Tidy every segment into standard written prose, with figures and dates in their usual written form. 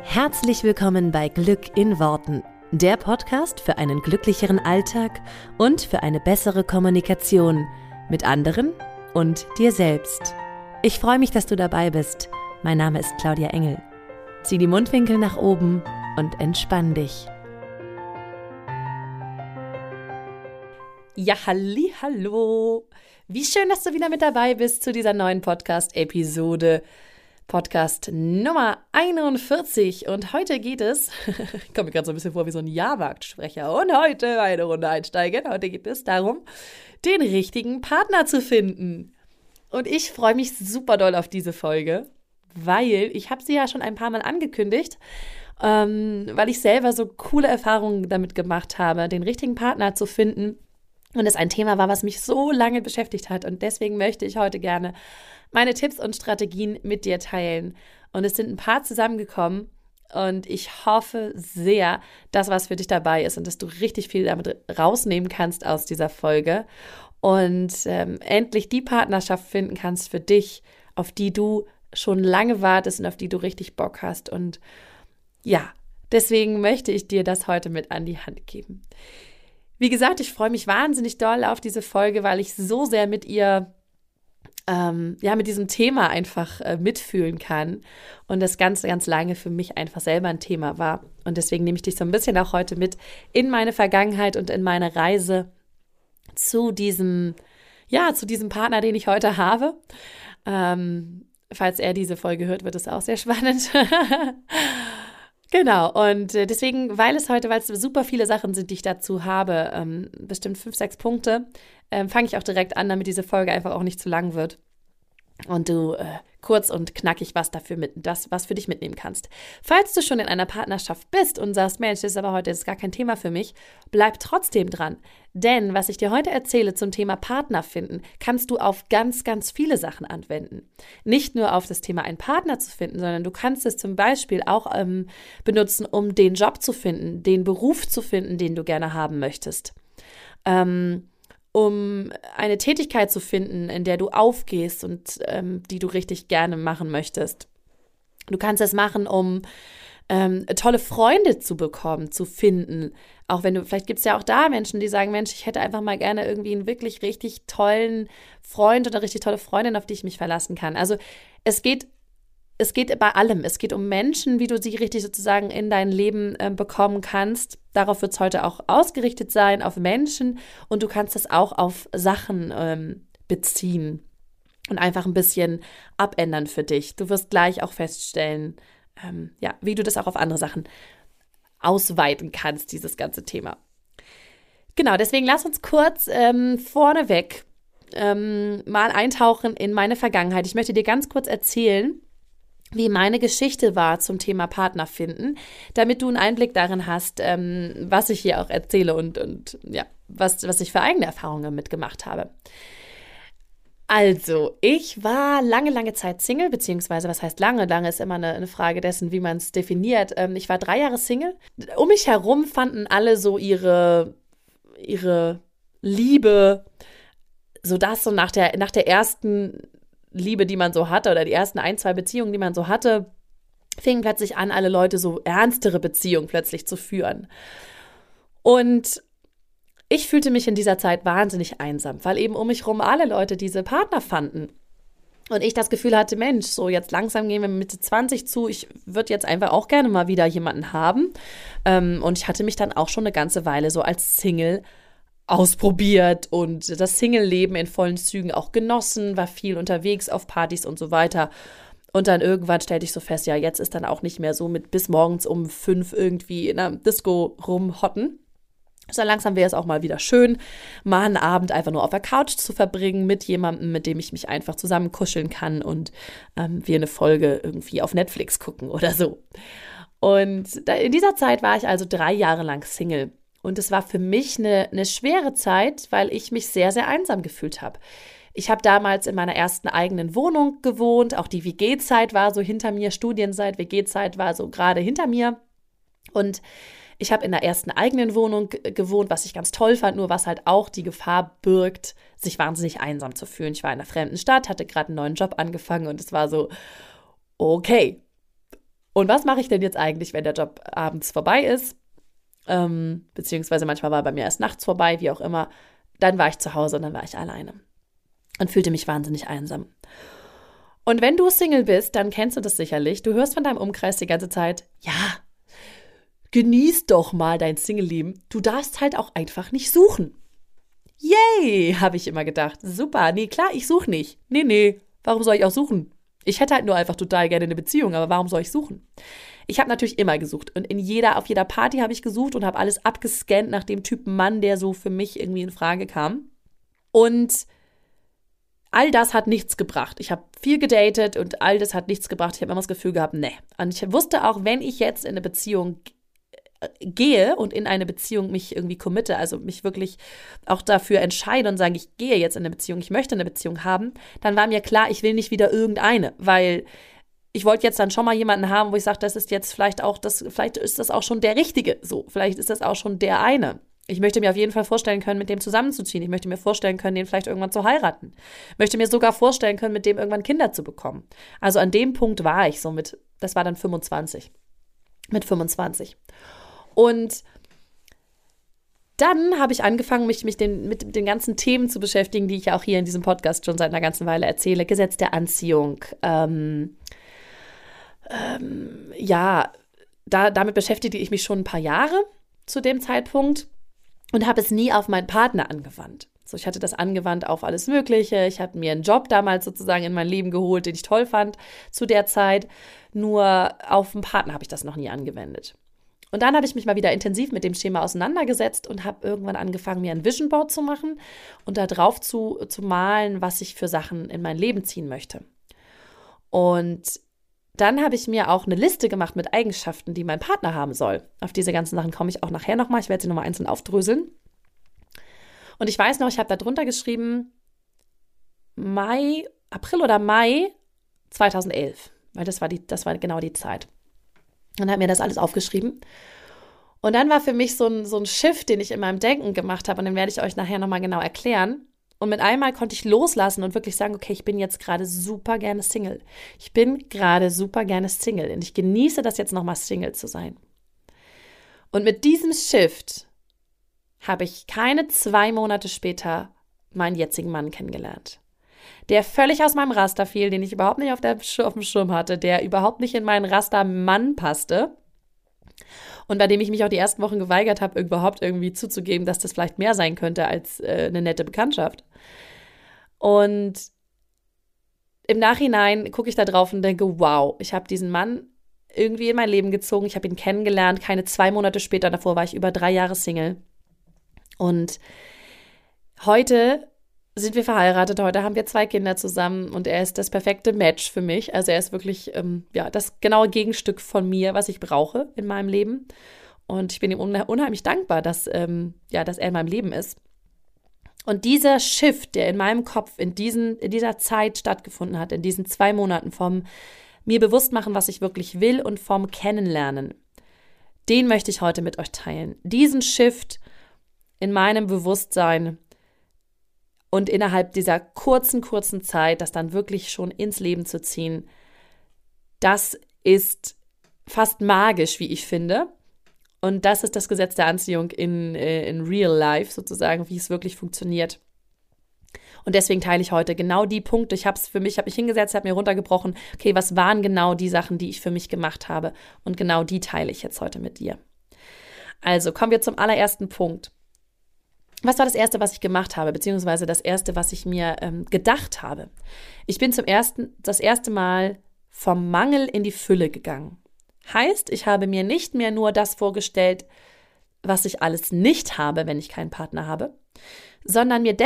Herzlich willkommen bei Glück in Worten, der Podcast für einen glücklicheren Alltag und für eine bessere Kommunikation mit anderen und dir selbst. Ich freue mich, dass du dabei bist. Mein Name ist Claudia Engel. Zieh die Mundwinkel nach oben und entspann dich. Ja, hallo. Wie schön, dass du wieder mit dabei bist zu dieser neuen Podcast-Episode. Podcast Nummer 41 und heute geht es, ich komme mir gerade so ein bisschen vor wie so ein Jahrmarktsprecher und heute eine Runde einsteigen, heute geht es darum, den richtigen Partner zu finden. Und ich freue mich super doll auf diese Folge, weil ich habe sie ja schon ein paar Mal angekündigt, weil ich selber so coole Erfahrungen damit gemacht habe, den richtigen Partner zu finden und es ein Thema war, was mich so lange beschäftigt hat und deswegen möchte ich heute gerne meine Tipps und Strategien mit dir teilen. Und es sind ein paar zusammengekommen und ich hoffe sehr, dass was für dich dabei ist und dass du richtig viel damit rausnehmen kannst aus dieser Folge und endlich die Partnerschaft finden kannst für dich, auf die du schon lange wartest und auf die du richtig Bock hast. Und ja, deswegen möchte ich dir das heute mit an die Hand geben. Wie gesagt, ich freue mich wahnsinnig doll auf diese Folge, weil ich so sehr mit ihr mit diesem Thema einfach mitfühlen kann und das ganz, ganz lange für mich einfach selber ein Thema war. Und deswegen nehme ich dich so ein bisschen auch heute mit in meine Vergangenheit und in meine Reise zu diesem Partner, den ich heute habe. Falls er diese Folge hört, wird es auch sehr spannend. Genau, und deswegen, weil es super viele Sachen sind, die ich dazu habe, bestimmt 5, 6 Punkte, fange ich auch direkt an, damit diese Folge einfach auch nicht zu lang wird und du kurz und knackig was für dich mitnehmen kannst. Falls du schon in einer Partnerschaft bist und sagst, Mensch, das ist gar kein Thema für mich, bleib trotzdem dran. Denn was ich dir heute erzähle zum Thema Partner finden, kannst du auf ganz, ganz viele Sachen anwenden. Nicht nur auf das Thema einen Partner zu finden, sondern du kannst es zum Beispiel auch benutzen, um den Job zu finden, den Beruf zu finden, den du gerne haben möchtest. Um eine Tätigkeit zu finden, in der du aufgehst und die du richtig gerne machen möchtest. Du kannst es machen, um tolle Freunde zu bekommen, zu finden. Auch wenn vielleicht gibt es ja auch da Menschen, die sagen, Mensch, ich hätte einfach mal gerne irgendwie einen wirklich richtig tollen Freund oder richtig tolle Freundin, auf die ich mich verlassen kann. Also es geht bei allem. Es geht um Menschen, wie du sie richtig sozusagen in dein Leben bekommen kannst. Darauf wird es heute auch ausgerichtet sein, auf Menschen. Und du kannst es auch auf Sachen beziehen und einfach ein bisschen abändern für dich. Du wirst gleich auch feststellen, wie du das auch auf andere Sachen ausweiten kannst, dieses ganze Thema. Genau, deswegen lass uns kurz vorneweg mal eintauchen in meine Vergangenheit. Ich möchte dir ganz kurz erzählen, wie meine Geschichte war zum Thema Partner finden, damit du einen Einblick darin hast, was ich hier auch erzähle und was ich für eigene Erfahrungen mitgemacht habe. Also, ich war lange, lange Zeit Single, beziehungsweise, was heißt lange? Lange ist immer eine Frage dessen, wie man es definiert. Ich war 3 Jahre Single. Um mich herum fanden alle so ihre Liebe, so nach der ersten Liebe, die man so hatte, oder die ersten 1, 2 Beziehungen, die man so hatte, fingen plötzlich an, alle Leute so ernstere Beziehungen plötzlich zu führen. Und ich fühlte mich in dieser Zeit wahnsinnig einsam, weil eben um mich herum alle Leute diese Partner fanden. Und ich das Gefühl hatte, Mensch, so jetzt langsam gehen wir Mitte 20 zu, ich würde jetzt einfach auch gerne mal wieder jemanden haben. Und ich hatte mich dann auch schon eine ganze Weile so als Single ausprobiert und das Single-Leben in vollen Zügen auch genossen, war viel unterwegs auf Partys und so weiter. Und dann irgendwann stellte ich so fest, ja, jetzt ist dann auch nicht mehr so mit bis morgens um 5 irgendwie in einer Disco rumhotten. So langsam wäre es auch mal wieder schön, mal einen Abend einfach nur auf der Couch zu verbringen mit jemandem, mit dem ich mich einfach zusammen kuscheln kann und wir eine Folge irgendwie auf Netflix gucken oder so. Und in dieser Zeit war ich also 3 Jahre lang Single. Und es war für mich eine schwere Zeit, weil ich mich sehr, sehr einsam gefühlt habe. Ich habe damals in meiner ersten eigenen Wohnung gewohnt. Auch die WG-Zeit war so hinter mir, Studienzeit, WG-Zeit war so gerade hinter mir. Und ich habe in der ersten eigenen Wohnung gewohnt, was ich ganz toll fand, nur was halt auch die Gefahr birgt, sich wahnsinnig einsam zu fühlen. Ich war in einer fremden Stadt, hatte gerade einen neuen Job angefangen und es war so, okay, Und was mache ich denn jetzt eigentlich, wenn der Job abends vorbei ist? Beziehungsweise manchmal war bei mir erst nachts vorbei, wie auch immer. Dann war ich zu Hause und dann war ich alleine und fühlte mich wahnsinnig einsam. Und wenn du Single bist, dann kennst du das sicherlich. Du hörst von deinem Umkreis die ganze Zeit, ja, genieß doch mal dein Single-Leben. Du darfst halt auch einfach nicht suchen. Yay, habe ich immer gedacht. Super, nee, klar, ich suche nicht. Nee, warum soll ich auch suchen? Ich hätte halt nur einfach total gerne eine Beziehung, aber warum soll ich suchen? Ich habe natürlich immer gesucht und auf jeder Party habe ich gesucht und habe alles abgescannt nach dem Typen Mann, der so für mich irgendwie in Frage kam. Und all das hat nichts gebracht. Ich habe viel gedatet und all das hat nichts gebracht. Ich habe immer das Gefühl gehabt, nee. Und ich wusste auch, wenn ich jetzt in eine Beziehung gehe und in eine Beziehung mich irgendwie committe, also mich wirklich auch dafür entscheide und sage, ich gehe jetzt in eine Beziehung, ich möchte eine Beziehung haben, dann war mir klar, ich will nicht wieder irgendeine, weil ich wollte jetzt dann schon mal jemanden haben, wo ich sage, das ist jetzt vielleicht ist das auch schon der Richtige, so, vielleicht ist das auch schon der eine. Ich möchte mir auf jeden Fall vorstellen können, mit dem zusammenzuziehen. Ich möchte mir vorstellen können, den vielleicht irgendwann zu heiraten. Ich möchte mir sogar vorstellen können, mit dem irgendwann Kinder zu bekommen. Also an dem Punkt war ich so das war dann 25. Mit 25. Und dann habe ich angefangen, mich mit den ganzen Themen zu beschäftigen, die ich ja auch hier in diesem Podcast schon seit einer ganzen Weile erzähle. Gesetz der Anziehung. Damit beschäftigte ich mich schon ein paar Jahre zu dem Zeitpunkt und habe es nie auf meinen Partner angewandt. So, ich hatte das angewandt auf alles Mögliche. Ich hatte mir einen Job damals sozusagen in mein Leben geholt, den ich toll fand zu der Zeit. Nur auf den Partner habe ich das noch nie angewendet. Und dann habe ich mich mal wieder intensiv mit dem Schema auseinandergesetzt und habe irgendwann angefangen, mir ein Vision Board zu machen und da drauf zu malen, was ich für Sachen in mein Leben ziehen möchte. Und dann habe ich mir auch eine Liste gemacht mit Eigenschaften, die mein Partner haben soll. Auf diese ganzen Sachen komme ich auch nachher nochmal. Ich werde sie nochmal einzeln aufdröseln. Und ich weiß noch, ich habe da drunter geschrieben, April oder Mai 2011, weil das war genau die Zeit. Und habe mir das alles aufgeschrieben. Und dann war für mich so ein Shift, den ich in meinem Denken gemacht habe, und den werde ich euch nachher nochmal genau erklären. Und mit einmal konnte ich loslassen und wirklich sagen, okay, ich bin jetzt gerade super gerne Single. Ich bin gerade super gerne Single und ich genieße das jetzt nochmal Single zu sein. Und mit diesem Shift habe ich keine 2 Monate später meinen jetzigen Mann kennengelernt, der völlig aus meinem Raster fiel, den ich überhaupt nicht auf dem Schirm hatte, der überhaupt nicht in meinen Raster Mann passte und bei dem ich mich auch die ersten Wochen geweigert habe, überhaupt irgendwie zuzugeben, dass das vielleicht mehr sein könnte als eine nette Bekanntschaft. Und im Nachhinein gucke ich da drauf und denke, wow, ich habe diesen Mann irgendwie in mein Leben gezogen, ich habe ihn kennengelernt, keine 2 Monate später, davor war ich über 3 Jahre Single. Und heute sind wir verheiratet, heute haben wir 2 Kinder zusammen und er ist das perfekte Match für mich. Also er ist wirklich das genaue Gegenstück von mir, was ich brauche in meinem Leben. Und ich bin ihm unheimlich dankbar, dass er in meinem Leben ist. Und dieser Shift, der in meinem Kopf in dieser Zeit stattgefunden hat, in diesen 2 Monaten vom mir bewusst machen, was ich wirklich will und vom Kennenlernen, den möchte ich heute mit euch teilen. Diesen Shift in meinem Bewusstsein und innerhalb dieser kurzen Zeit, das dann wirklich schon ins Leben zu ziehen, das ist fast magisch, wie ich finde. Und das ist das Gesetz der Anziehung in real life sozusagen, wie es wirklich funktioniert. Und deswegen teile ich heute genau die Punkte. Ich habe mich hingesetzt, habe mir runtergebrochen, okay, was waren genau die Sachen, die ich für mich gemacht habe? Und genau die teile ich jetzt heute mit dir. Also kommen wir zum allerersten Punkt. Was war das Erste, was ich gemacht habe, beziehungsweise das Erste, was ich mir gedacht habe? Ich bin das erste Mal vom Mangel in die Fülle gegangen. Heißt, ich habe mir nicht mehr nur das vorgestellt, was ich alles nicht habe, wenn ich keinen Partner habe, sondern ich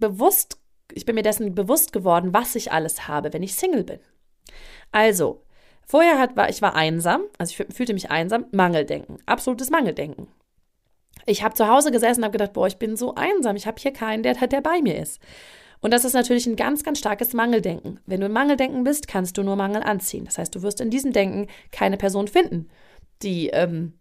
bin mir dessen bewusst geworden, was ich alles habe, wenn ich Single bin. Also, vorher ich war einsam, also ich fühlte mich einsam, Mangeldenken, absolutes Mangeldenken. Ich habe zu Hause gesessen und habe gedacht, ich bin so einsam, ich habe hier keinen, der bei mir ist. Und das ist natürlich ein ganz, ganz starkes Mangeldenken. Wenn du im Mangeldenken bist, kannst du nur Mangel anziehen. Das heißt, du wirst in diesem Denken keine Person finden, die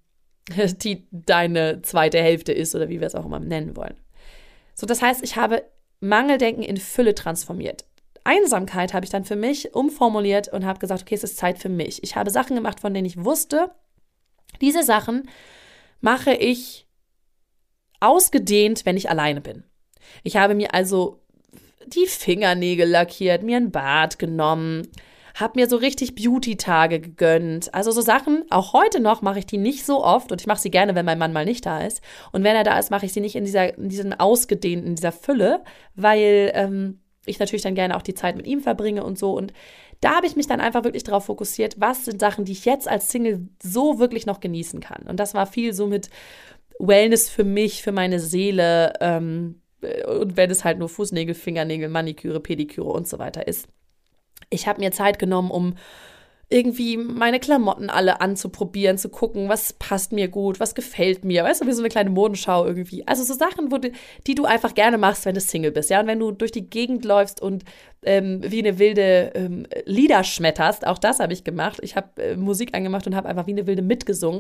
deine zweite Hälfte ist oder wie wir es auch immer nennen wollen. So, das heißt, ich habe Mangeldenken in Fülle transformiert. Einsamkeit habe ich dann für mich umformuliert und habe gesagt, okay, es ist Zeit für mich. Ich habe Sachen gemacht, von denen ich wusste, diese Sachen mache ich ausgedehnt, wenn ich alleine bin. Ich habe mir also die Fingernägel lackiert, mir ein Bad genommen, habe mir so richtig Beauty-Tage gegönnt. Also so Sachen, auch heute noch mache ich die nicht so oft und ich mache sie gerne, wenn mein Mann mal nicht da ist. Und wenn er da ist, mache ich sie nicht in diesem ausgedehnten, in dieser Fülle, weil ich natürlich dann gerne auch die Zeit mit ihm verbringe und so. Und da habe ich mich dann einfach wirklich darauf fokussiert, was sind Sachen, die ich jetzt als Single so wirklich noch genießen kann. Und das war viel so mit Wellness für mich, für meine Seele, und wenn es halt nur Fußnägel, Fingernägel, Maniküre, Pediküre und so weiter ist. Ich habe mir Zeit genommen, um irgendwie meine Klamotten alle anzuprobieren, zu gucken, was passt mir gut, was gefällt mir, weißt du, wie so eine kleine Modenschau irgendwie. Also so Sachen, die du einfach gerne machst, wenn du Single bist, ja, und wenn du durch die Gegend läufst und wie eine wilde Lieder schmetterst, auch das habe ich gemacht. Ich habe Musik angemacht und habe einfach wie eine wilde mitgesungen.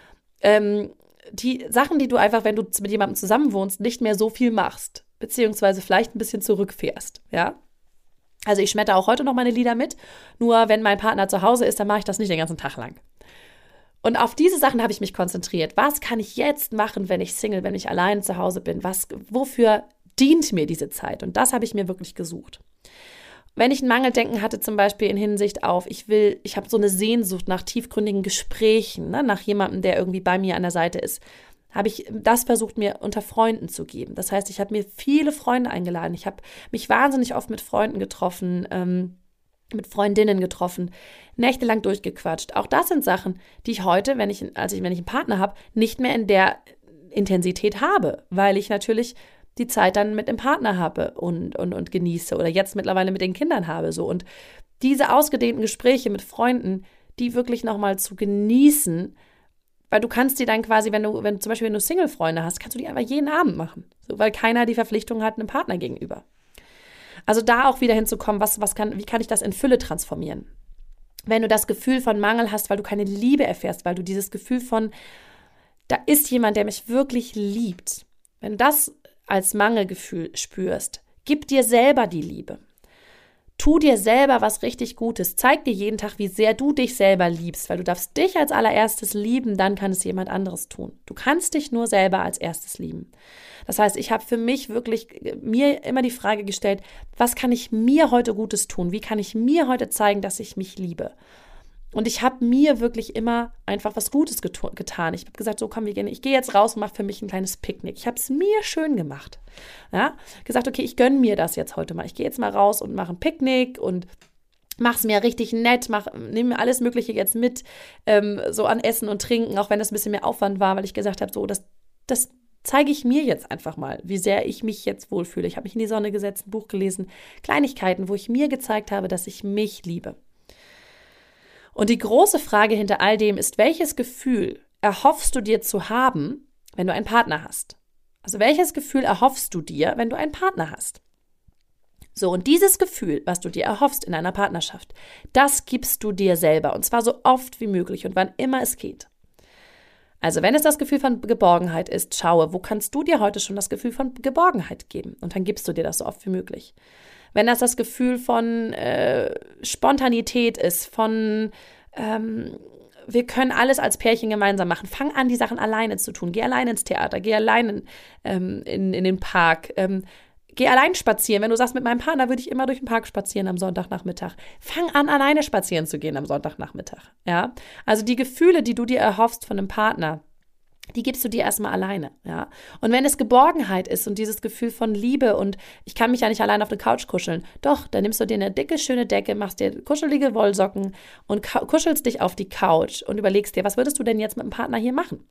Die Sachen, die du einfach, wenn du mit jemandem zusammenwohnst, nicht mehr so viel machst, beziehungsweise vielleicht ein bisschen zurückfährst, ja. Also ich schmetter auch heute noch meine Lieder mit, nur wenn mein Partner zu Hause ist, dann mache ich das nicht den ganzen Tag lang. Und auf diese Sachen habe ich mich konzentriert. Was kann ich jetzt machen, wenn ich allein zu Hause bin? Wofür dient mir diese Zeit? Und das habe ich mir wirklich gesucht. Wenn ich ein Mangeldenken hatte, zum Beispiel in Hinsicht auf, ich habe so eine Sehnsucht nach tiefgründigen Gesprächen, ne, nach jemandem, der irgendwie bei mir an der Seite ist, habe ich das versucht, mir unter Freunden zu geben. Das heißt, ich habe mir viele Freunde eingeladen. Ich habe mich wahnsinnig oft mit Freunden getroffen, mit Freundinnen getroffen, nächtelang durchgequatscht. Auch das sind Sachen, die ich heute, wenn ich einen Partner habe, nicht mehr in der Intensität habe, weil ich natürlich die Zeit dann mit dem Partner habe und genieße oder jetzt mittlerweile mit den Kindern habe. So. Und diese ausgedehnten Gespräche mit Freunden, die wirklich nochmal zu genießen, weil du kannst die dann quasi, wenn du Single-Freunde hast, kannst du die einfach jeden Abend machen. So, weil keiner die Verpflichtung hat einem Partner gegenüber. Also da auch wieder hinzukommen, wie kann ich das in Fülle transformieren? Wenn du das Gefühl von Mangel hast, weil du keine Liebe erfährst, weil du dieses Gefühl von, da ist jemand, der mich wirklich liebt. Wenn du das als Mangelgefühl spürst, gib dir selber die Liebe. Tu dir selber was richtig Gutes. Zeig dir jeden Tag, wie sehr du dich selber liebst, weil du darfst dich als allererstes lieben, dann kann es jemand anderes tun. Du kannst dich nur selber als erstes lieben. Das heißt, ich habe für mich wirklich mir immer die Frage gestellt, was kann ich mir heute Gutes tun? Wie kann ich mir heute zeigen, dass ich mich liebe? Und ich habe mir wirklich immer einfach was Gutes getan. Ich habe gesagt, so komm, ich gehe jetzt raus und mache für mich ein kleines Picknick. Ich habe es mir schön gemacht. Ja? Gesagt, okay, ich gönne mir das jetzt heute mal. Ich gehe jetzt mal raus und mache ein Picknick und mache es mir richtig nett, nehme mir alles Mögliche jetzt mit, so an Essen und Trinken, auch wenn das ein bisschen mehr Aufwand war, weil ich gesagt habe, so, das zeige ich mir jetzt einfach mal, wie sehr ich mich jetzt wohlfühle. Ich habe mich in die Sonne gesetzt, ein Buch gelesen, Kleinigkeiten, wo ich mir gezeigt habe, dass ich mich liebe. Und die große Frage hinter all dem ist, welches Gefühl erhoffst du dir zu haben, wenn du einen Partner hast? Also welches Gefühl erhoffst du dir, wenn du einen Partner hast? So, und dieses Gefühl, was du dir erhoffst in einer Partnerschaft, das gibst du dir selber und zwar so oft wie möglich und wann immer es geht. Also wenn es das Gefühl von Geborgenheit ist, schaue, wo kannst du dir heute schon das Gefühl von Geborgenheit geben? Und dann gibst du dir das so oft wie möglich. Wenn das Gefühl von Spontanität ist, von wir können alles als Pärchen gemeinsam machen, fang an, die Sachen alleine zu tun. Geh allein ins Theater, geh allein in den Park, geh allein spazieren. Wenn du sagst, mit meinem Partner würde ich immer durch den Park spazieren am Sonntagnachmittag. Fang an, alleine spazieren zu gehen am Sonntagnachmittag. Ja? Also die Gefühle, die du dir erhoffst von einem Partner, die gibst du dir erstmal alleine, ja. Und wenn es Geborgenheit ist und dieses Gefühl von Liebe und ich kann mich ja nicht allein auf eine Couch kuscheln, doch, dann nimmst du dir eine dicke, schöne Decke, machst dir kuschelige Wollsocken und kuschelst dich auf die Couch und überlegst dir, was würdest du denn jetzt mit dem Partner hier machen?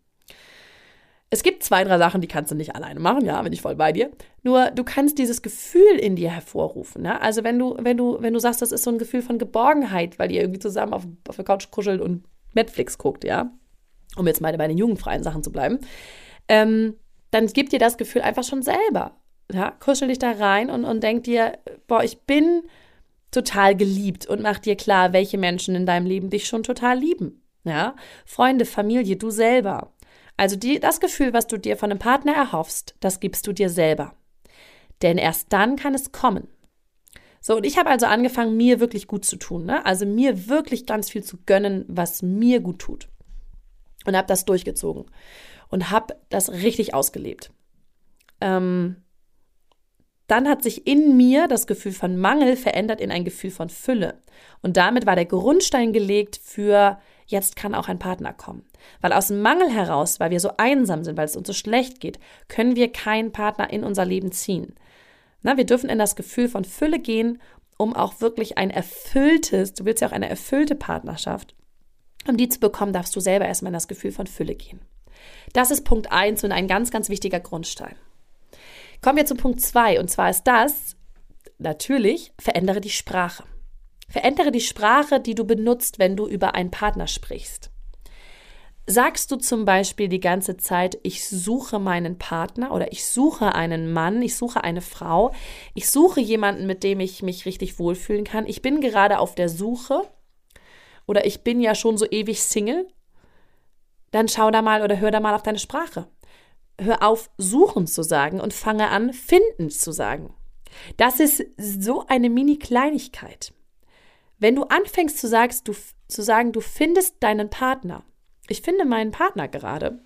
Es gibt 2, 3 Sachen, die kannst du nicht alleine machen, ja, bin ich voll bei dir. Nur du kannst dieses Gefühl in dir hervorrufen, ja. Also wenn du sagst, das ist so ein Gefühl von Geborgenheit, weil ihr irgendwie zusammen auf der Couch kuschelt und Netflix guckt, ja, um jetzt mal bei den jugendfreien Sachen zu bleiben, dann gibt dir das Gefühl einfach schon selber. Ja? Kuschel dich da rein und denk dir, boah, ich bin total geliebt und mach dir klar, welche Menschen in deinem Leben dich schon total lieben. Ja? Freunde, Familie, du selber. Also das Gefühl, was du dir von einem Partner erhoffst, das gibst du dir selber. Denn erst dann kann es kommen. So, und ich habe also angefangen, mir wirklich gut zu tun, ne? Also mir wirklich ganz viel zu gönnen, was mir gut tut. Und habe das durchgezogen und habe das richtig ausgelebt. Dann hat sich in mir das Gefühl von Mangel verändert in ein Gefühl von Fülle. Und damit war der Grundstein gelegt für, jetzt kann auch ein Partner kommen. Weil aus dem Mangel heraus, weil wir so einsam sind, weil es uns so schlecht geht, können wir keinen Partner in unser Leben ziehen. Na, wir dürfen in das Gefühl von Fülle gehen, um auch wirklich ein erfülltes, du willst ja auch eine erfüllte Partnerschaft. Um die zu bekommen, darfst du selber erstmal in das Gefühl von Fülle gehen. Das ist Punkt 1 und ein ganz, ganz wichtiger Grundstein. Kommen wir zu Punkt 2 und zwar ist das, natürlich, verändere die Sprache. Verändere die Sprache, die du benutzt, wenn du über einen Partner sprichst. Sagst du zum Beispiel die ganze Zeit, ich suche meinen Partner oder ich suche einen Mann, ich suche eine Frau, ich suche jemanden, mit dem ich mich richtig wohlfühlen kann, ich bin gerade auf der Suche oder ich bin ja schon so ewig Single, dann schau da mal oder hör da mal auf deine Sprache. Hör auf, suchen zu sagen und fange an, finden zu sagen. Das ist so eine Mini-Kleinigkeit. Wenn du anfängst zu sagen, du findest deinen Partner, ich finde meinen Partner gerade,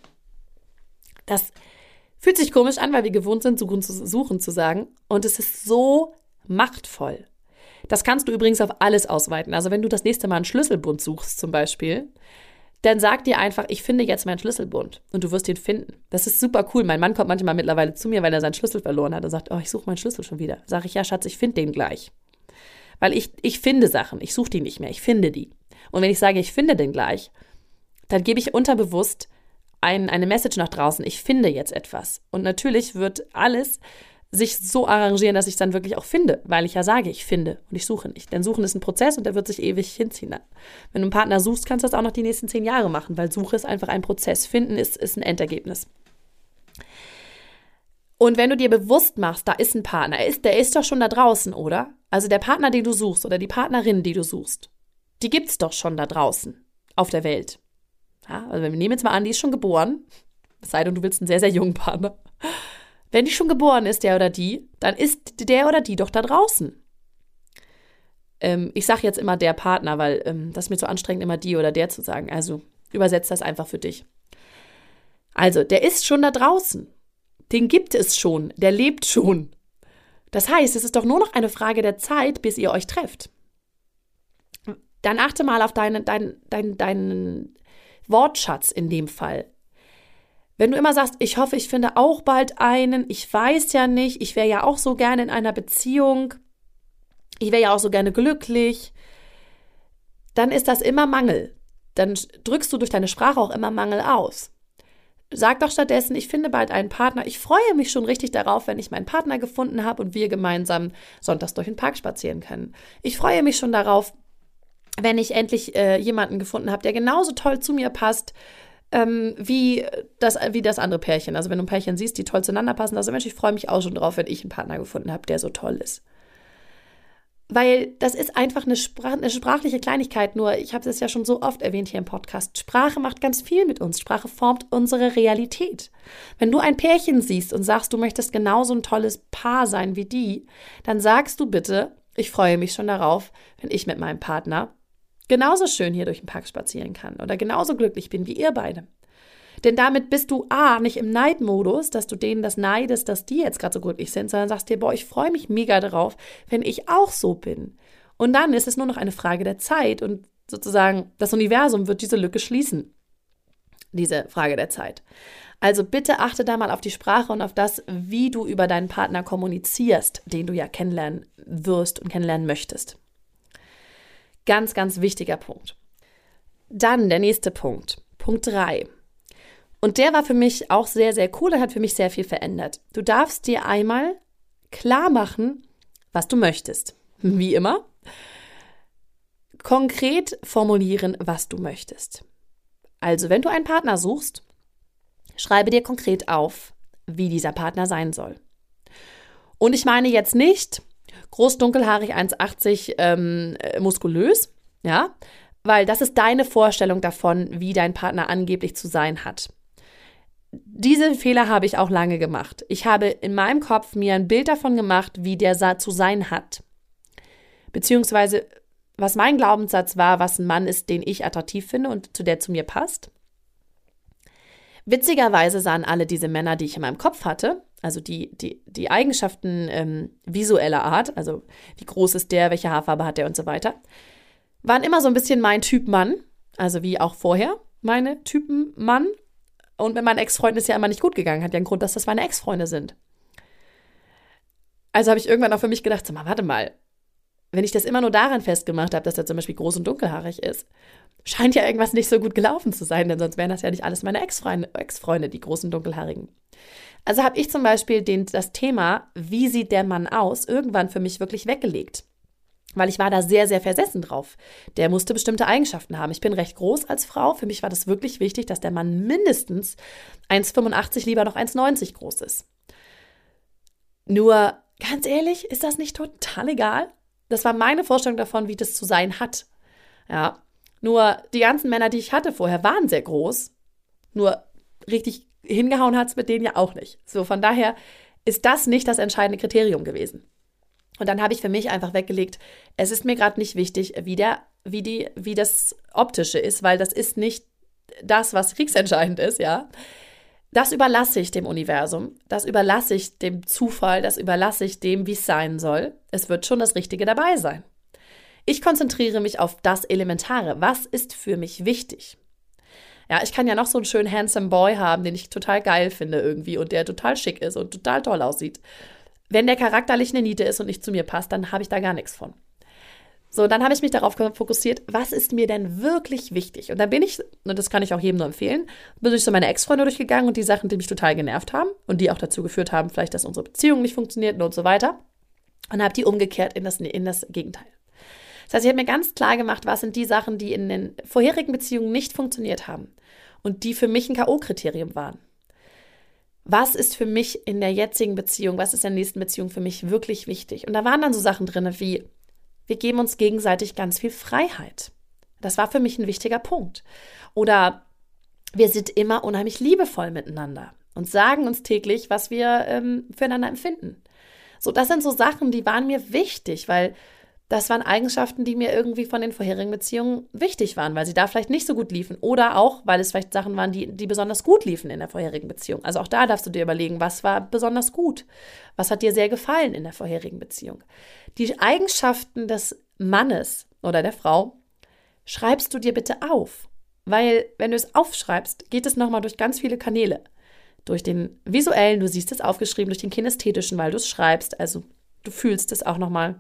das fühlt sich komisch an, weil wir gewohnt sind, suchen zu sagen und es ist so machtvoll. Das kannst du übrigens auf alles ausweiten. Also wenn du das nächste Mal einen Schlüsselbund suchst zum Beispiel, dann sag dir einfach, ich finde jetzt meinen Schlüsselbund und du wirst ihn finden. Das ist super cool. Mein Mann kommt manchmal mittlerweile zu mir, weil er seinen Schlüssel verloren hat und sagt, oh, ich suche meinen Schlüssel schon wieder. Sag ich, ja Schatz, ich finde den gleich. Weil ich finde Sachen, ich suche die nicht mehr, ich finde die. Und wenn ich sage, ich finde den gleich, dann gebe ich unterbewusst eine Message nach draußen, ich finde jetzt etwas. Und natürlich wird alles sich so arrangieren, dass ich es dann wirklich auch finde, weil ich ja sage, ich finde und ich suche nicht. Denn Suchen ist ein Prozess und der wird sich ewig hinziehen dann. Wenn du einen Partner suchst, kannst du das auch noch die nächsten 10 Jahre machen, weil Suche ist einfach ein Prozess. Finden ist ein Endergebnis. Und wenn du dir bewusst machst, da ist ein Partner, der ist doch schon da draußen, oder? Also der Partner, den du suchst oder die Partnerin, die du suchst, die gibt's doch schon da draußen auf der Welt. Ja, also wir nehmen jetzt mal an, die ist schon geboren, es sei denn, du willst einen sehr, sehr jungen Partner. Wenn die schon geboren ist, der oder die, dann ist der oder die doch da draußen. Ich sage jetzt immer der Partner, weil das ist mir so anstrengend, immer die oder der zu sagen. Also übersetzt das einfach für dich. Also, der ist schon da draußen. Den gibt es schon, der lebt schon. Das heißt, es ist doch nur noch eine Frage der Zeit, bis ihr euch trefft. Dann achte mal auf deinen Wortschatz in dem Fall. Wenn du immer sagst, ich hoffe, ich finde auch bald einen, ich weiß ja nicht, ich wäre ja auch so gerne in einer Beziehung, ich wäre ja auch so gerne glücklich, dann ist das immer Mangel. Dann drückst du durch deine Sprache auch immer Mangel aus. Sag doch stattdessen, ich finde bald einen Partner, ich freue mich schon richtig darauf, wenn ich meinen Partner gefunden habe und wir gemeinsam sonntags durch den Park spazieren können. Ich freue mich schon darauf, wenn ich endlich jemanden gefunden habe, der genauso toll zu mir passt, wie das andere Pärchen. Also wenn du ein Pärchen siehst, die toll zueinander passen, also Mensch, ich freue mich auch schon drauf, wenn ich einen Partner gefunden habe, der so toll ist. Weil das ist einfach eine sprachliche Kleinigkeit, nur ich habe es ja schon so oft erwähnt hier im Podcast, Sprache macht ganz viel mit uns, Sprache formt unsere Realität. Wenn du ein Pärchen siehst und sagst, du möchtest genauso ein tolles Paar sein wie die, dann sagst du bitte, ich freue mich schon darauf, wenn ich mit meinem Partner genauso schön hier durch den Park spazieren kann oder genauso glücklich bin wie ihr beide. Denn damit bist du nicht im Neidmodus, dass du denen das neidest, dass die jetzt gerade so glücklich sind, sondern sagst dir, boah, ich freue mich mega darauf, wenn ich auch so bin. Und dann ist es nur noch eine Frage der Zeit und sozusagen das Universum wird diese Lücke schließen, diese Frage der Zeit. Also bitte achte da mal auf die Sprache und auf das, wie du über deinen Partner kommunizierst, den du ja kennenlernen wirst und kennenlernen möchtest. Ganz, ganz wichtiger Punkt. Dann der nächste Punkt, Punkt 3. Und der war für mich auch sehr, sehr cool und hat für mich sehr viel verändert. Du darfst dir einmal klar machen, was du möchtest. Wie immer. Konkret formulieren, was du möchtest. Also, wenn du einen Partner suchst, schreibe dir konkret auf, wie dieser Partner sein soll. Und ich meine jetzt nicht groß, dunkelhaarig, 1,80, muskulös, ja, weil das ist deine Vorstellung davon, wie dein Partner angeblich zu sein hat. Diese Fehler habe ich auch lange gemacht. Ich habe in meinem Kopf mir ein Bild davon gemacht, wie der zu sein hat. beziehungsweise was mein Glaubenssatz war, was ein Mann ist, den ich attraktiv finde und der zu mir passt. Witzigerweise sahen alle diese Männer, die ich in meinem Kopf hatte, also die Eigenschaften visueller Art, also wie groß ist der, welche Haarfarbe hat der und so weiter, waren immer so ein bisschen mein Typ Mann, also wie auch vorher meine Typen Mann. Und mit meinen Ex-Freunden ist ja immer nicht gut gegangen, hat ja einen Grund, dass das meine Ex-Freunde sind. Also habe ich irgendwann auch für mich gedacht, sag mal, warte mal, wenn ich das immer nur daran festgemacht habe, dass er zum Beispiel groß und dunkelhaarig ist, scheint ja irgendwas nicht so gut gelaufen zu sein, denn sonst wären das ja nicht alles meine Ex-Freunde, die großen dunkelhaarigen. Also habe ich zum Beispiel das Thema, wie sieht der Mann aus, irgendwann für mich wirklich weggelegt. Weil ich war da sehr, sehr versessen drauf. Der musste bestimmte Eigenschaften haben. Ich bin recht groß als Frau. Für mich war das wirklich wichtig, dass der Mann mindestens 1,85, lieber noch 1,90 groß ist. Nur, ganz ehrlich, ist das nicht total egal? Das war meine Vorstellung davon, wie das zu sein hat. Ja, nur die ganzen Männer, die ich hatte vorher, waren sehr groß. Nur richtig hingehauen hat es mit denen ja auch nicht. So, von daher ist das nicht das entscheidende Kriterium gewesen. Und dann habe ich für mich einfach weggelegt, es ist mir gerade nicht wichtig, wie das Optische ist, weil das ist nicht das, was kriegsentscheidend ist, ja. Das überlasse ich dem Universum, das überlasse ich dem Zufall, das überlasse ich dem, wie es sein soll. Es wird schon das Richtige dabei sein. Ich konzentriere mich auf das Elementare. Was ist für mich wichtig? Ja, ich kann ja noch so einen schönen handsome Boy haben, den ich total geil finde irgendwie und der total schick ist und total toll aussieht. Wenn der charakterlich eine Niete ist und nicht zu mir passt, dann habe ich da gar nichts von. So, dann habe ich mich darauf fokussiert, was ist mir denn wirklich wichtig? Und dann bin ich, und das kann ich auch jedem nur empfehlen, bin ich so meine Ex-Freunde durchgegangen und die Sachen, die mich total genervt haben und die auch dazu geführt haben, vielleicht, dass unsere Beziehung nicht funktioniert und so weiter. Und habe die umgekehrt in das Gegenteil. Das heißt, ich habe mir ganz klar gemacht, was sind die Sachen, die in den vorherigen Beziehungen nicht funktioniert haben und die für mich ein K.O.-Kriterium waren. Was ist für mich in der jetzigen Beziehung, was ist in der nächsten Beziehung für mich wirklich wichtig? Und da waren dann so Sachen drin wie, wir geben uns gegenseitig ganz viel Freiheit. Das war für mich ein wichtiger Punkt. Oder wir sind immer unheimlich liebevoll miteinander und sagen uns täglich, was wir füreinander empfinden. So, das sind so Sachen, die waren mir wichtig, weil das waren Eigenschaften, die mir irgendwie von den vorherigen Beziehungen wichtig waren, weil sie da vielleicht nicht so gut liefen oder auch, weil es vielleicht Sachen waren, die besonders gut liefen in der vorherigen Beziehung. Also auch da darfst du dir überlegen, was war besonders gut? Was hat dir sehr gefallen in der vorherigen Beziehung? Die Eigenschaften des Mannes oder der Frau schreibst du dir bitte auf, weil wenn du es aufschreibst, geht es nochmal durch ganz viele Kanäle. Durch den visuellen, du siehst es aufgeschrieben, durch den kinästhetischen, weil du es schreibst, also du fühlst es auch nochmal.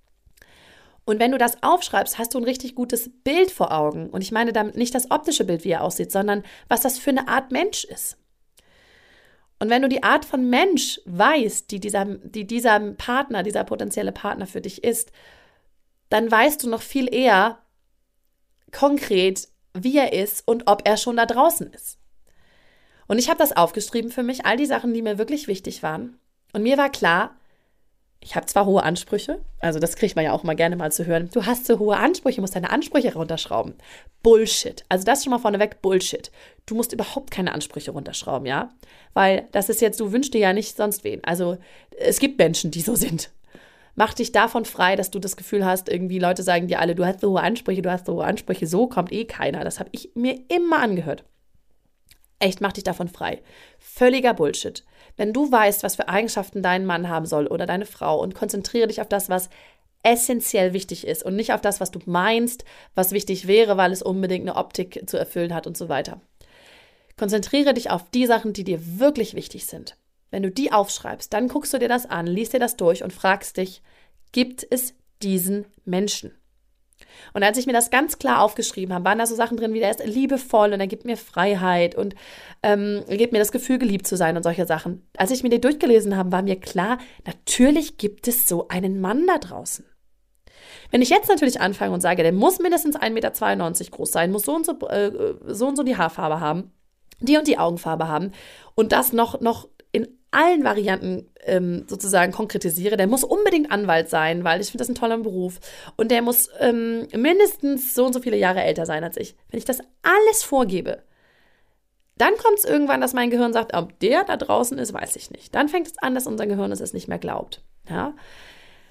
Und wenn du das aufschreibst, hast du ein richtig gutes Bild vor Augen. Und ich meine damit nicht das optische Bild, wie er aussieht, sondern was das für eine Art Mensch ist. Und wenn du die Art von Mensch weißt, die dieser Partner, dieser potenzielle Partner für dich ist, dann weißt du noch viel eher konkret, wie er ist und ob er schon da draußen ist. Und ich habe das aufgeschrieben für mich, all die Sachen, die mir wirklich wichtig waren. Und mir war klar, ich habe zwar hohe Ansprüche, also das kriegt man ja auch mal gerne mal zu hören, du hast so hohe Ansprüche, musst deine Ansprüche runterschrauben. Bullshit. Also das schon mal vorneweg, Bullshit. Du musst überhaupt keine Ansprüche runterschrauben, ja? Weil das ist jetzt, du wünschst dir ja nicht sonst wen. Also es gibt Menschen, die so sind. Mach dich davon frei, dass du das Gefühl hast, irgendwie Leute sagen dir alle, du hast so hohe Ansprüche, so kommt eh keiner. Das habe ich mir immer angehört. Echt, mach dich davon frei. Völliger Bullshit. Wenn du weißt, was für Eigenschaften dein Mann haben soll oder deine Frau und konzentriere dich auf das, was essentiell wichtig ist und nicht auf das, was du meinst, was wichtig wäre, weil es unbedingt eine Optik zu erfüllen hat und so weiter. Konzentriere dich auf die Sachen, die dir wirklich wichtig sind. Wenn du die aufschreibst, dann guckst du dir das an, liest dir das durch und fragst dich, gibt es diesen Menschen? Und als ich mir das ganz klar aufgeschrieben habe, waren da so Sachen drin wie, der ist liebevoll und er gibt mir Freiheit und er gibt mir das Gefühl, geliebt zu sein und solche Sachen. Als ich mir die durchgelesen habe, war mir klar, natürlich gibt es so einen Mann da draußen. Wenn ich jetzt natürlich anfange und sage, der muss mindestens 1,92 Meter groß sein, muss so und so die Haarfarbe haben, die und die Augenfarbe haben und das noch in allen Varianten sozusagen konkretisiere, der muss unbedingt Anwalt sein, weil ich finde das einen tollen Beruf und der muss mindestens so und so viele Jahre älter sein als ich. Wenn ich das alles vorgebe, dann kommt es irgendwann, dass mein Gehirn sagt, ob der da draußen ist, weiß ich nicht. Dann fängt es an, dass unser Gehirn es nicht mehr glaubt. Ja?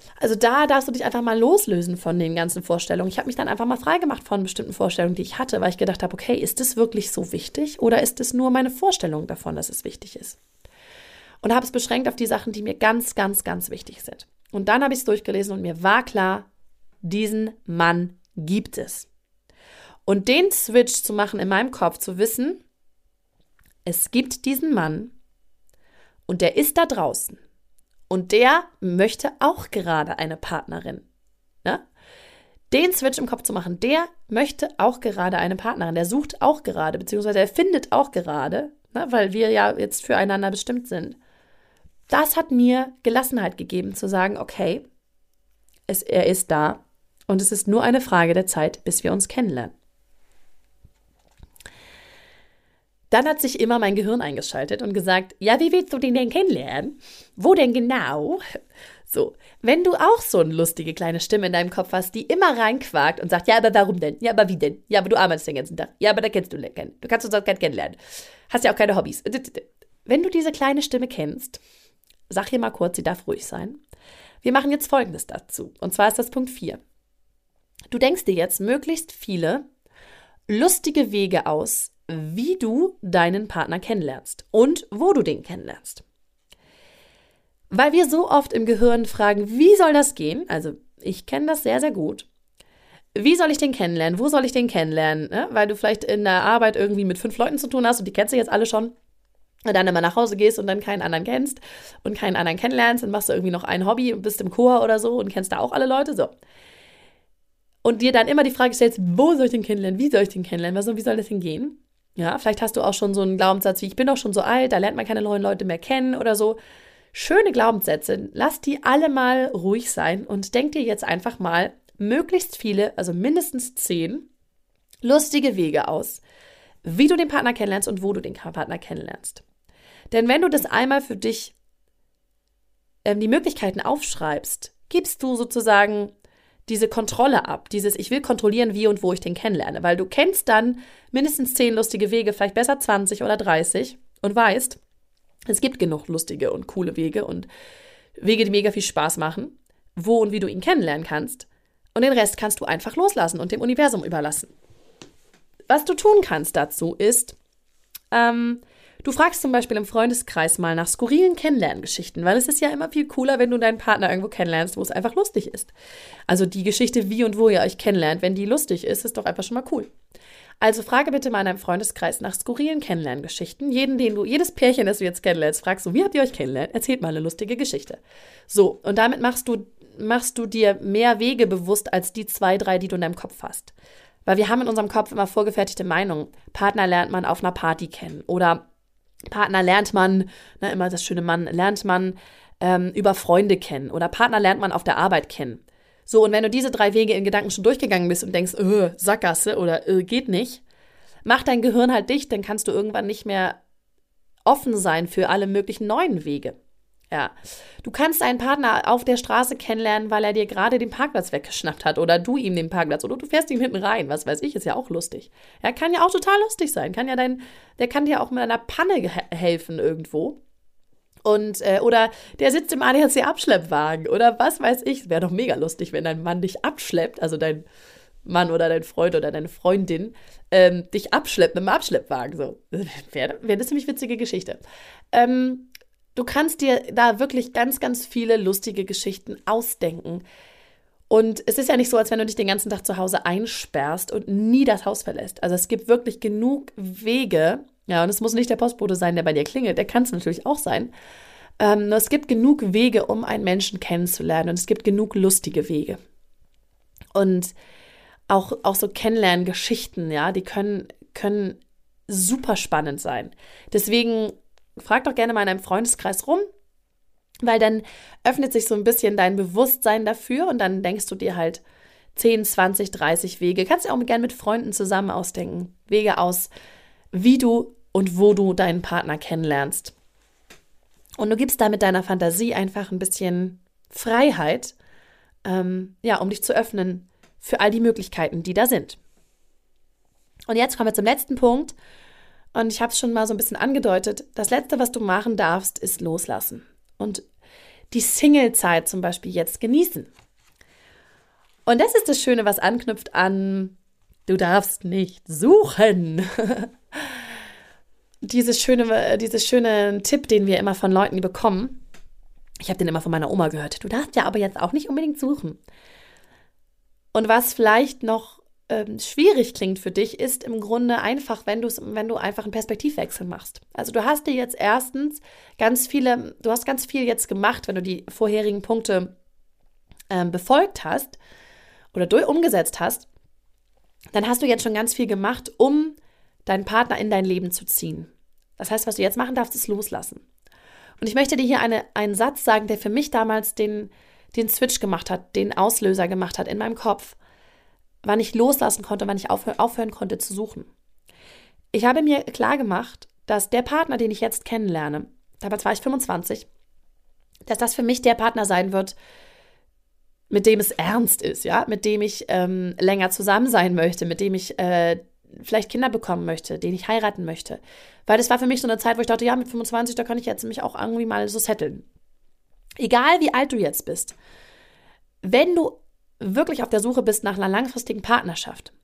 Also da darfst du dich einfach mal loslösen von den ganzen Vorstellungen. Ich habe mich dann einfach mal freigemacht von bestimmten Vorstellungen, die ich hatte, weil ich gedacht habe, okay, ist das wirklich so wichtig oder ist es nur meine Vorstellung davon, dass es wichtig ist? Und habe es beschränkt auf die Sachen, die mir ganz, ganz, ganz wichtig sind. Und dann habe ich es durchgelesen und mir war klar, diesen Mann gibt es. Und den Switch zu machen in meinem Kopf, zu wissen, es gibt diesen Mann und der ist da draußen. Und der möchte auch gerade eine Partnerin. Ne? Den Switch im Kopf zu machen, der möchte auch gerade eine Partnerin. Der sucht auch gerade, beziehungsweise er findet auch gerade, ne, weil wir ja jetzt füreinander bestimmt sind. Das hat mir Gelassenheit gegeben, zu sagen, okay, er ist da und es ist nur eine Frage der Zeit, bis wir uns kennenlernen. Dann hat sich immer mein Gehirn eingeschaltet und gesagt, ja, wie willst du den denn kennenlernen? Wo denn genau? So, wenn du auch so eine lustige kleine Stimme in deinem Kopf hast, die immer reinquakt und sagt, ja, aber warum denn? Ja, aber wie denn? Ja, aber du arbeitest den ganzen Tag. Ja, aber da kennst du keinen. Du kannst uns auch keinen kennenlernen. Hast ja auch keine Hobbys. Wenn du diese kleine Stimme kennst, sag ihr mal kurz, sie darf ruhig sein. Wir machen jetzt Folgendes dazu. Und zwar ist das Punkt 4. Du denkst dir jetzt möglichst viele lustige Wege aus, wie du deinen Partner kennenlernst und wo du den kennenlernst. Weil wir so oft im Gehirn fragen, wie soll das gehen? Also ich kenne das sehr, sehr gut. Wie soll ich den kennenlernen? Wo soll ich den kennenlernen? Ne? Weil du vielleicht in der Arbeit irgendwie mit 5 Leuten zu tun hast und die kennst du jetzt alle schon. Und dann immer nach Hause gehst und dann keinen anderen kennst und keinen anderen kennenlernst, dann machst du irgendwie noch ein Hobby und bist im Chor oder so und kennst da auch alle Leute, so. Und dir dann immer die Frage stellst, wo soll ich den kennenlernen? Wie soll ich den kennenlernen? Wie soll das denn gehen? Ja, vielleicht hast du auch schon so einen Glaubenssatz wie, ich bin doch schon so alt, da lernt man keine neuen Leute mehr kennen oder so. Schöne Glaubenssätze, lass die alle mal ruhig sein und denk dir jetzt einfach mal möglichst viele, also mindestens 10 lustige Wege aus, wie du den Partner kennenlernst und wo du den Partner kennenlernst. Denn wenn du das einmal für dich die Möglichkeiten aufschreibst, gibst du sozusagen diese Kontrolle ab, dieses ich will kontrollieren, wie und wo ich den kennenlerne, weil du kennst dann mindestens 10 lustige Wege, vielleicht besser 20 oder 30 und weißt, es gibt genug lustige und coole Wege und Wege, die mega viel Spaß machen, wo und wie du ihn kennenlernen kannst und den Rest kannst du einfach loslassen und dem Universum überlassen. Was du tun kannst dazu ist, du fragst zum Beispiel im Freundeskreis mal nach skurrilen Kennenlerngeschichten, weil es ist ja immer viel cooler, wenn du deinen Partner irgendwo kennenlernst, wo es einfach lustig ist. Also die Geschichte, wie und wo ihr euch kennenlernt, wenn die lustig ist, ist doch einfach schon mal cool. Also frage bitte mal in deinem Freundeskreis nach skurrilen Kennenlerngeschichten. Jedes Pärchen, das du jetzt kennenlernst, fragst du, wie habt ihr euch kennengelernt? Erzählt mal eine lustige Geschichte. So, und damit machst du dir mehr Wege bewusst als die 2, 3, die du in deinem Kopf hast. Weil wir haben in unserem Kopf immer vorgefertigte Meinungen. Partner lernt man auf einer Party kennen oder Partner lernt man, immer das schöne Mann, lernt man über Freunde kennen oder Partner lernt man auf der Arbeit kennen. So, und wenn du diese 3 Wege in Gedanken schon durchgegangen bist und denkst, Sackgasse oder geht nicht, mach dein Gehirn halt dicht, dann kannst du irgendwann nicht mehr offen sein für alle möglichen neuen Wege. Ja, du kannst einen Partner auf der Straße kennenlernen, weil er dir gerade den Parkplatz weggeschnappt hat oder du ihm den Parkplatz oder du fährst ihm hinten rein, was weiß ich, ist ja auch lustig. Ja, kann ja auch total lustig sein, der kann dir auch mit einer Panne helfen irgendwo. Und, oder der sitzt im ADAC-Abschleppwagen oder was weiß ich. Wäre doch mega lustig, wenn dein Mann dich abschleppt, also dein Mann oder dein Freund oder deine Freundin dich abschleppt mit einem Abschleppwagen. So. Wäre eine ziemlich witzige Geschichte. Du kannst dir da wirklich ganz, ganz viele lustige Geschichten ausdenken. Und es ist ja nicht so, als wenn du dich den ganzen Tag zu Hause einsperrst und nie das Haus verlässt. Also es gibt wirklich genug Wege. Ja, und es muss nicht der Postbote sein, der bei dir klingelt. Der kann es natürlich auch sein. Es gibt genug Wege, um einen Menschen kennenzulernen. Und es gibt genug lustige Wege. Und auch so Kennenlerngeschichten, ja, die können super spannend sein. Deswegen frag doch gerne mal in einem Freundeskreis rum, weil dann öffnet sich so ein bisschen dein Bewusstsein dafür und dann denkst du dir halt 10, 20, 30 Wege. Kannst du auch gerne mit Freunden zusammen ausdenken. Wege aus, wie du und wo du deinen Partner kennenlernst. Und du gibst damit deiner Fantasie einfach ein bisschen Freiheit, um dich zu öffnen für all die Möglichkeiten, die da sind. Und jetzt kommen wir zum letzten Punkt. Und ich habe es schon mal so ein bisschen angedeutet. Das Letzte, was du machen darfst, ist loslassen. Und die Single-Zeit zum Beispiel jetzt genießen. Und das ist das Schöne, was anknüpft an, du darfst nicht suchen. Dieses schöne Tipp, den wir immer von Leuten bekommen. Ich habe den immer von meiner Oma gehört. Du darfst ja aber jetzt auch nicht unbedingt suchen. Und was vielleicht noch schwierig klingt für dich, ist im Grunde einfach, wenn du einfach einen Perspektivwechsel machst. Also du hast dir jetzt erstens ganz viel jetzt gemacht, wenn du die vorherigen Punkte befolgt hast oder umgesetzt hast, dann hast du jetzt schon ganz viel gemacht, um deinen Partner in dein Leben zu ziehen. Das heißt, was du jetzt machen darfst, ist loslassen. Und ich möchte dir hier einen Satz sagen, der für mich damals den Switch gemacht hat, den Auslöser gemacht hat in meinem Kopf, wann ich loslassen konnte, wann ich aufhören konnte zu suchen. Ich habe mir klar gemacht, dass der Partner, den ich jetzt kennenlerne, damals war ich 25, dass das für mich der Partner sein wird, mit dem es ernst ist, ja, mit dem ich länger zusammen sein möchte, mit dem ich vielleicht Kinder bekommen möchte, den ich heiraten möchte. Weil das war für mich so eine Zeit, wo ich dachte, ja, mit 25, da kann ich jetzt mich auch irgendwie mal so setteln. Egal wie alt du jetzt bist, wenn du wirklich auf der Suche bist nach einer langfristigen Partnerschaft,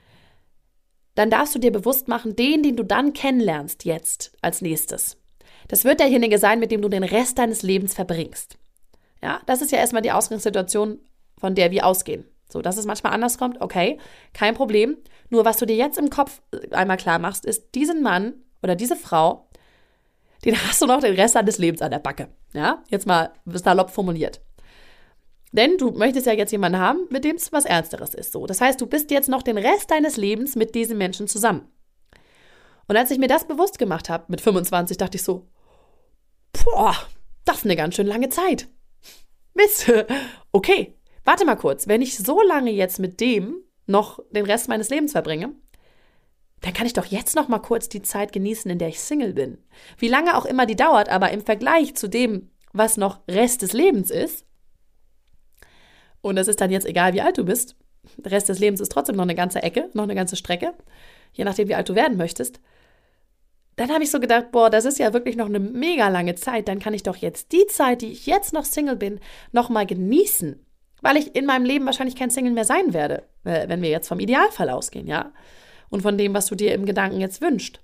dann darfst du dir bewusst machen, den du dann kennenlernst jetzt als nächstes, das wird derjenige sein, mit dem du den Rest deines Lebens verbringst. Ja, das ist ja erstmal die Ausgangssituation, von der wir ausgehen. So, dass es manchmal anders kommt, okay, kein Problem. Nur was du dir jetzt im Kopf einmal klar machst, ist, diesen Mann oder diese Frau, den hast du noch den Rest deines Lebens an der Backe. Ja, jetzt mal salopp formuliert. Denn du möchtest ja jetzt jemanden haben, mit dem es was Ernsteres ist. So, das heißt, du bist jetzt noch den Rest deines Lebens mit diesem Menschen zusammen. Und als ich mir das bewusst gemacht habe, mit 25, dachte ich so, boah, das ist eine ganz schön lange Zeit. Mist, okay, warte mal kurz, wenn ich so lange jetzt mit dem noch den Rest meines Lebens verbringe, dann kann ich doch jetzt noch mal kurz die Zeit genießen, in der ich Single bin. Wie lange auch immer die dauert, aber im Vergleich zu dem, was noch Rest des Lebens ist, und es ist dann jetzt egal, wie alt du bist, der Rest des Lebens ist trotzdem noch eine ganze Ecke, noch eine ganze Strecke, je nachdem, wie alt du werden möchtest, dann habe ich so gedacht, boah, das ist ja wirklich noch eine mega lange Zeit, dann kann ich doch jetzt die Zeit, die ich jetzt noch Single bin, noch mal genießen, weil ich in meinem Leben wahrscheinlich kein Single mehr sein werde, wenn wir jetzt vom Idealfall ausgehen, ja, und von dem, was du dir im Gedanken jetzt wünschst.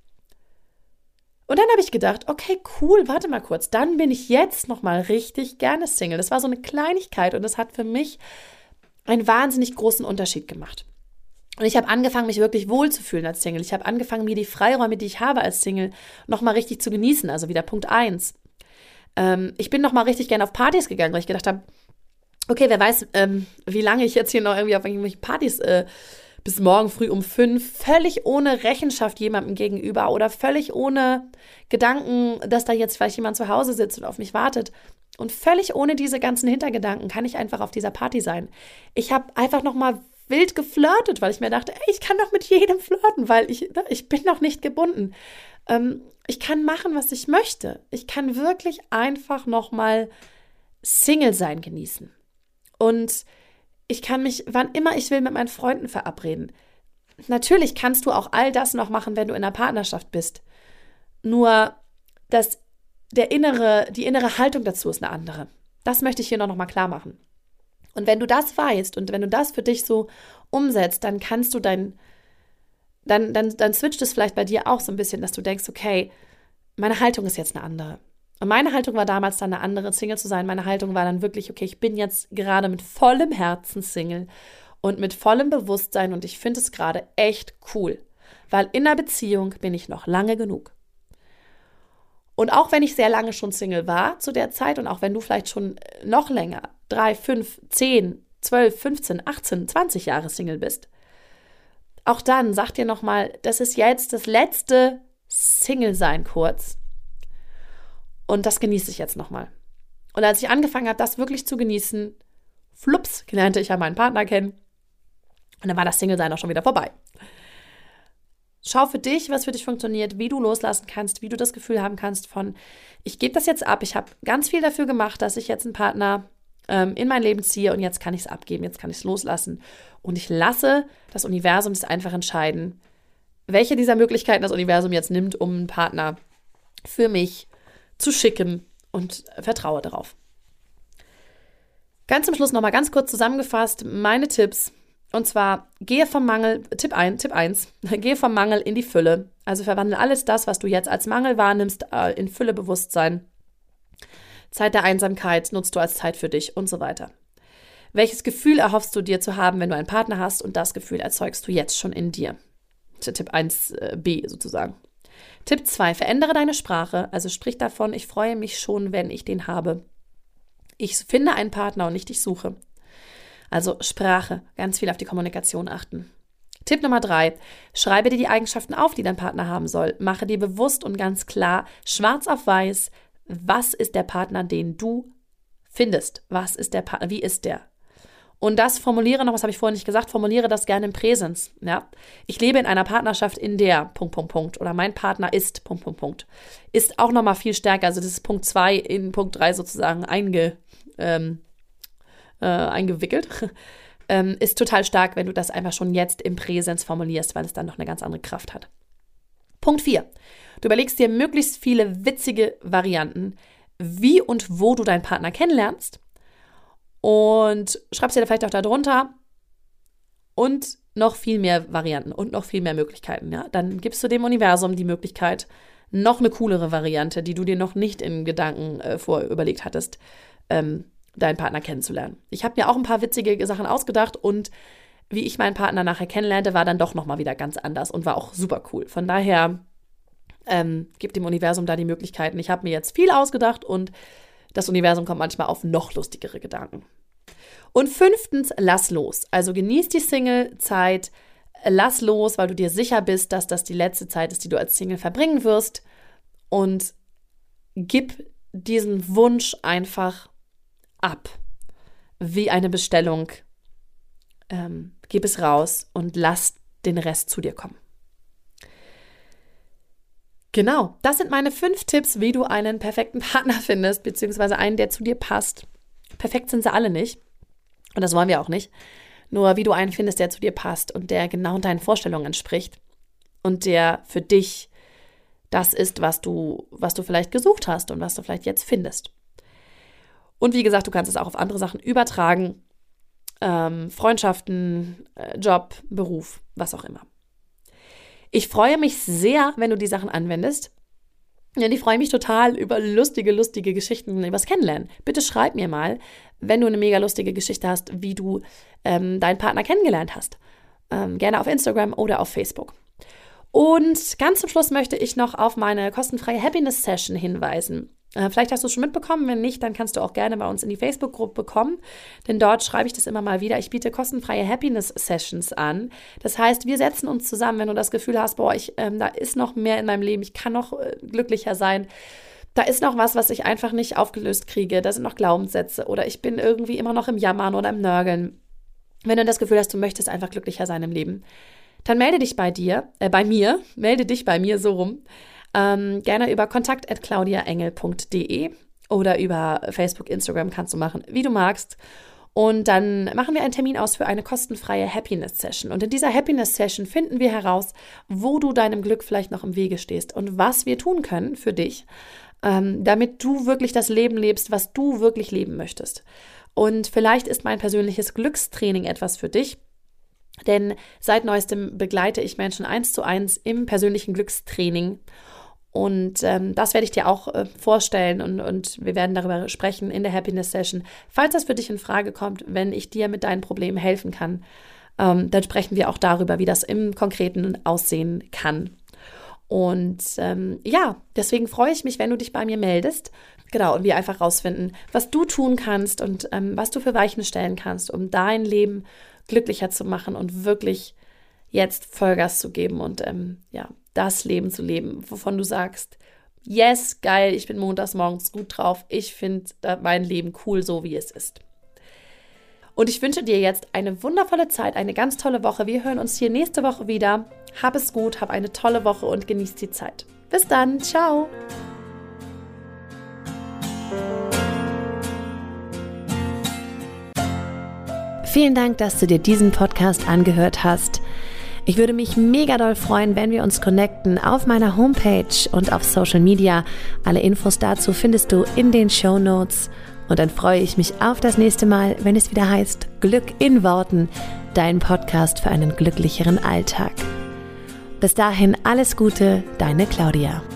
Und dann habe ich gedacht, okay, cool, warte mal kurz, dann bin ich jetzt noch mal richtig gerne Single. Das war so eine Kleinigkeit und das hat für mich einen wahnsinnig großen Unterschied gemacht. Und ich habe angefangen, mich wirklich wohlzufühlen als Single. Ich habe angefangen, mir die Freiräume, die ich habe als Single, noch mal richtig zu genießen. Also wieder Punkt 1. Ich bin noch mal richtig gerne auf Partys gegangen, weil ich gedacht habe, okay, wer weiß, wie lange ich jetzt hier noch irgendwie auf irgendwelchen Partys bis morgen früh um 5, völlig ohne Rechenschaft jemandem gegenüber oder völlig ohne Gedanken, dass da jetzt vielleicht jemand zu Hause sitzt und auf mich wartet. Und völlig ohne diese ganzen Hintergedanken kann ich einfach auf dieser Party sein. Ich habe einfach nochmal wild geflirtet, weil ich mir dachte, ey, ich kann doch mit jedem flirten, weil ich bin noch nicht gebunden. Ich kann machen, was ich möchte. Ich kann wirklich einfach nochmal Single sein genießen. Und ich kann mich, wann immer ich will, mit meinen Freunden verabreden. Natürlich kannst du auch all das noch machen, wenn du in einer Partnerschaft bist. Nur, die innere Haltung dazu ist eine andere. Das möchte ich hier noch mal klar machen. Und wenn du das weißt und wenn du das für dich so umsetzt, dann kannst du dann switcht es vielleicht bei dir auch so ein bisschen, dass du denkst, okay, meine Haltung ist jetzt eine andere. Und meine Haltung war damals dann eine andere, Single zu sein. Meine Haltung war dann wirklich, okay, ich bin jetzt gerade mit vollem Herzen Single und mit vollem Bewusstsein und ich finde es gerade echt cool, weil in einer Beziehung bin ich noch lange genug. Und auch wenn ich sehr lange schon Single war zu der Zeit und auch wenn du vielleicht schon noch länger, 3, 5, 10, 12, 15, 18, 20 Jahre Single bist, auch dann sag dir nochmal, das ist jetzt das letzte Single-Sein kurz. Und das genieße ich jetzt nochmal. Und als ich angefangen habe, das wirklich zu genießen, flups, lernte ich ja meinen Partner kennen. Und dann war das Single-Sein auch schon wieder vorbei. Schau für dich, was für dich funktioniert, wie du loslassen kannst, wie du das Gefühl haben kannst von, ich gebe das jetzt ab, ich habe ganz viel dafür gemacht, dass ich jetzt einen Partner in mein Leben ziehe und jetzt kann ich es abgeben, jetzt kann ich es loslassen. Und ich lasse das Universum das einfach entscheiden, welche dieser Möglichkeiten das Universum jetzt nimmt, um einen Partner für mich zu schicken und vertraue darauf. Ganz zum Schluss nochmal ganz kurz zusammengefasst meine Tipps. Und zwar, Tipp 1, gehe vom Mangel in die Fülle. Also verwandle alles das, was du jetzt als Mangel wahrnimmst, in Füllebewusstsein. Zeit der Einsamkeit nutzt du als Zeit für dich und so weiter. Welches Gefühl erhoffst du dir zu haben, wenn du einen Partner hast? Und das Gefühl erzeugst du jetzt schon in dir. Tipp 1b sozusagen. Tipp 2, verändere deine Sprache. Also sprich davon, ich freue mich schon, wenn ich den habe. Ich finde einen Partner und nicht ich suche. Also Sprache, ganz viel auf die Kommunikation achten. Tipp Nummer 3, schreibe dir die Eigenschaften auf, die dein Partner haben soll. Mache dir bewusst und ganz klar, schwarz auf weiß, was ist der Partner, den du findest? Was ist der Partner? Wie ist der? Und das formuliere noch, was habe ich vorhin nicht gesagt, formuliere das gerne im Präsens. Ja? Ich lebe in einer Partnerschaft, in der ... oder mein Partner ist ... Ist auch nochmal viel stärker, also das ist Punkt 2 in Punkt 3 sozusagen eingewickelt. Ist total stark, wenn du das einfach schon jetzt im Präsens formulierst, weil es dann noch eine ganz andere Kraft hat. Punkt 4. Du überlegst dir möglichst viele witzige Varianten, wie und wo du deinen Partner kennenlernst und schreibst dir vielleicht auch darunter und noch viel mehr Varianten und noch viel mehr Möglichkeiten. Ja? Dann gibst du dem Universum die Möglichkeit, noch eine coolere Variante, die du dir noch nicht in Gedanken überlegt hattest, deinen Partner kennenzulernen. Ich habe mir auch ein paar witzige Sachen ausgedacht und wie ich meinen Partner nachher kennenlernte, war dann doch nochmal wieder ganz anders und war auch super cool. Von daher gib dem Universum da die Möglichkeiten. Ich habe mir jetzt viel ausgedacht und das Universum kommt manchmal auf noch lustigere Gedanken. Und 5, lass los. Also genieß die Single-Zeit, lass los, weil du dir sicher bist, dass das die letzte Zeit ist, die du als Single verbringen wirst und gib diesen Wunsch einfach ab, wie eine Bestellung. Gib es raus und lass den Rest zu dir kommen. Genau, das sind meine 5 Tipps, wie du einen perfekten Partner findest, beziehungsweise einen, der zu dir passt. Perfekt sind sie alle nicht und das wollen wir auch nicht. Nur wie du einen findest, der zu dir passt und der genau deinen Vorstellungen entspricht und der für dich das ist, was du vielleicht gesucht hast und was du vielleicht jetzt findest. Und wie gesagt, du kannst es auch auf andere Sachen übertragen. Freundschaften, Job, Beruf, was auch immer. Ich freue mich sehr, wenn du die Sachen anwendest. Ja, ich freue mich total über lustige Geschichten, übers Kennenlernen. Bitte schreib mir mal, wenn du eine mega lustige Geschichte hast, wie du deinen Partner kennengelernt hast. Gerne auf Instagram oder auf Facebook. Und ganz zum Schluss möchte ich noch auf meine kostenfreie Happiness-Session hinweisen. Vielleicht hast du es schon mitbekommen, wenn nicht, dann kannst du auch gerne bei uns in die Facebook-Gruppe kommen, denn dort schreibe ich das immer mal wieder. Ich biete kostenfreie Happiness-Sessions an. Das heißt, wir setzen uns zusammen, wenn du das Gefühl hast, da ist noch mehr in meinem Leben, ich kann noch glücklicher sein, da ist noch was ich einfach nicht aufgelöst kriege, da sind noch Glaubenssätze oder ich bin irgendwie immer noch im Jammern oder im Nörgeln. Wenn du das Gefühl hast, du möchtest einfach glücklicher sein im Leben, dann melde dich bei mir so rum. Gerne über kontakt@claudiaengel.de oder über Facebook, Instagram kannst du machen, wie du magst. Und dann machen wir einen Termin aus für eine kostenfreie Happiness-Session. Und in dieser Happiness-Session finden wir heraus, wo du deinem Glück vielleicht noch im Wege stehst und was wir tun können für dich, damit du wirklich das Leben lebst, was du wirklich leben möchtest. Und vielleicht ist mein persönliches Glückstraining etwas für dich. Denn seit neuestem begleite ich Menschen 1:1 im persönlichen Glückstraining. Und das werde ich dir auch vorstellen und wir werden darüber sprechen in der Happiness Session. Falls das für dich in Frage kommt, wenn ich dir mit deinen Problemen helfen kann, dann sprechen wir auch darüber, wie das im Konkreten aussehen kann. Und deswegen freue ich mich, wenn du dich bei mir meldest. Genau, und wir einfach rausfinden, was du tun kannst und was du für Weichen stellen kannst, um dein Leben glücklicher zu machen und wirklich jetzt Vollgas zu geben und das Leben zu leben, wovon du sagst, yes, geil, ich bin montags morgens gut drauf, ich finde mein Leben cool, so wie es ist. Und ich wünsche dir jetzt eine wundervolle Zeit, eine ganz tolle Woche. Wir hören uns hier nächste Woche wieder. Hab es gut, hab eine tolle Woche und genieß die Zeit. Bis dann, ciao. Vielen Dank, dass du dir diesen Podcast angehört hast. Ich würde mich mega doll freuen, wenn wir uns connecten auf meiner Homepage und auf Social Media. Alle Infos dazu findest du in den Shownotes. Und dann freue ich mich auf das nächste Mal, wenn es wieder heißt Glück in Worten, dein Podcast für einen glücklicheren Alltag. Bis dahin alles Gute, deine Claudia.